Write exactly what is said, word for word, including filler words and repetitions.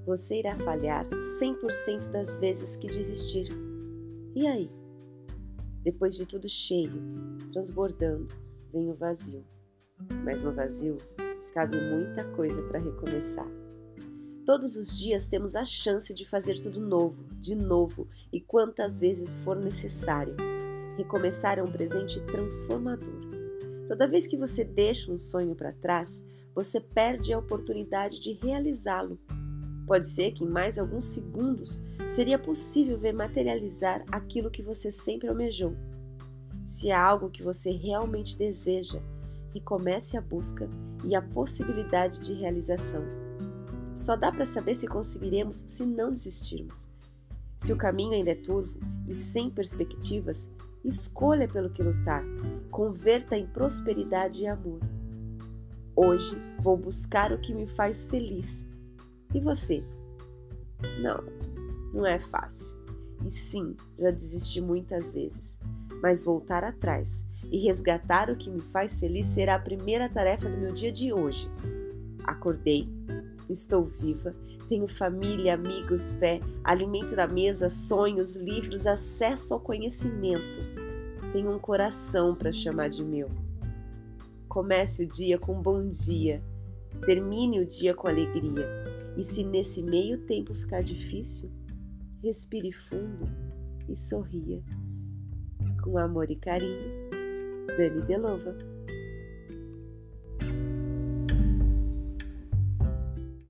você irá falhar cem por cento das vezes que desistir. E aí? Depois de tudo cheio, transbordando, vem o vazio. Mas no vazio, cabe muita coisa para recomeçar. Todos os dias temos a chance de fazer tudo novo, de novo e quantas vezes for necessário. Recomeçar é um presente transformador. Toda vez que você deixa um sonho para trás, você perde a oportunidade de realizá-lo. Pode ser que em mais alguns segundos seria possível ver materializar aquilo que você sempre almejou. Se há algo que você realmente deseja, recomece a busca e a possibilidade de realização. Só dá para saber se conseguiremos se não desistirmos. Se o caminho ainda é turvo e sem perspectivas, escolha pelo que lutar, converta em prosperidade e amor. Hoje vou buscar o que me faz feliz. E você? Não, não é fácil. E sim, já desisti muitas vezes. Mas voltar atrás e resgatar o que me faz feliz será a primeira tarefa do meu dia de hoje. Acordei, estou viva, tenho família, amigos, fé, alimento na mesa, sonhos, livros, acesso ao conhecimento. Tenho um coração para chamar de meu. Comece o dia com um bom dia, termine o dia com alegria. E se nesse meio tempo ficar difícil, respire fundo e sorria. Com amor e carinho, Dani Delova.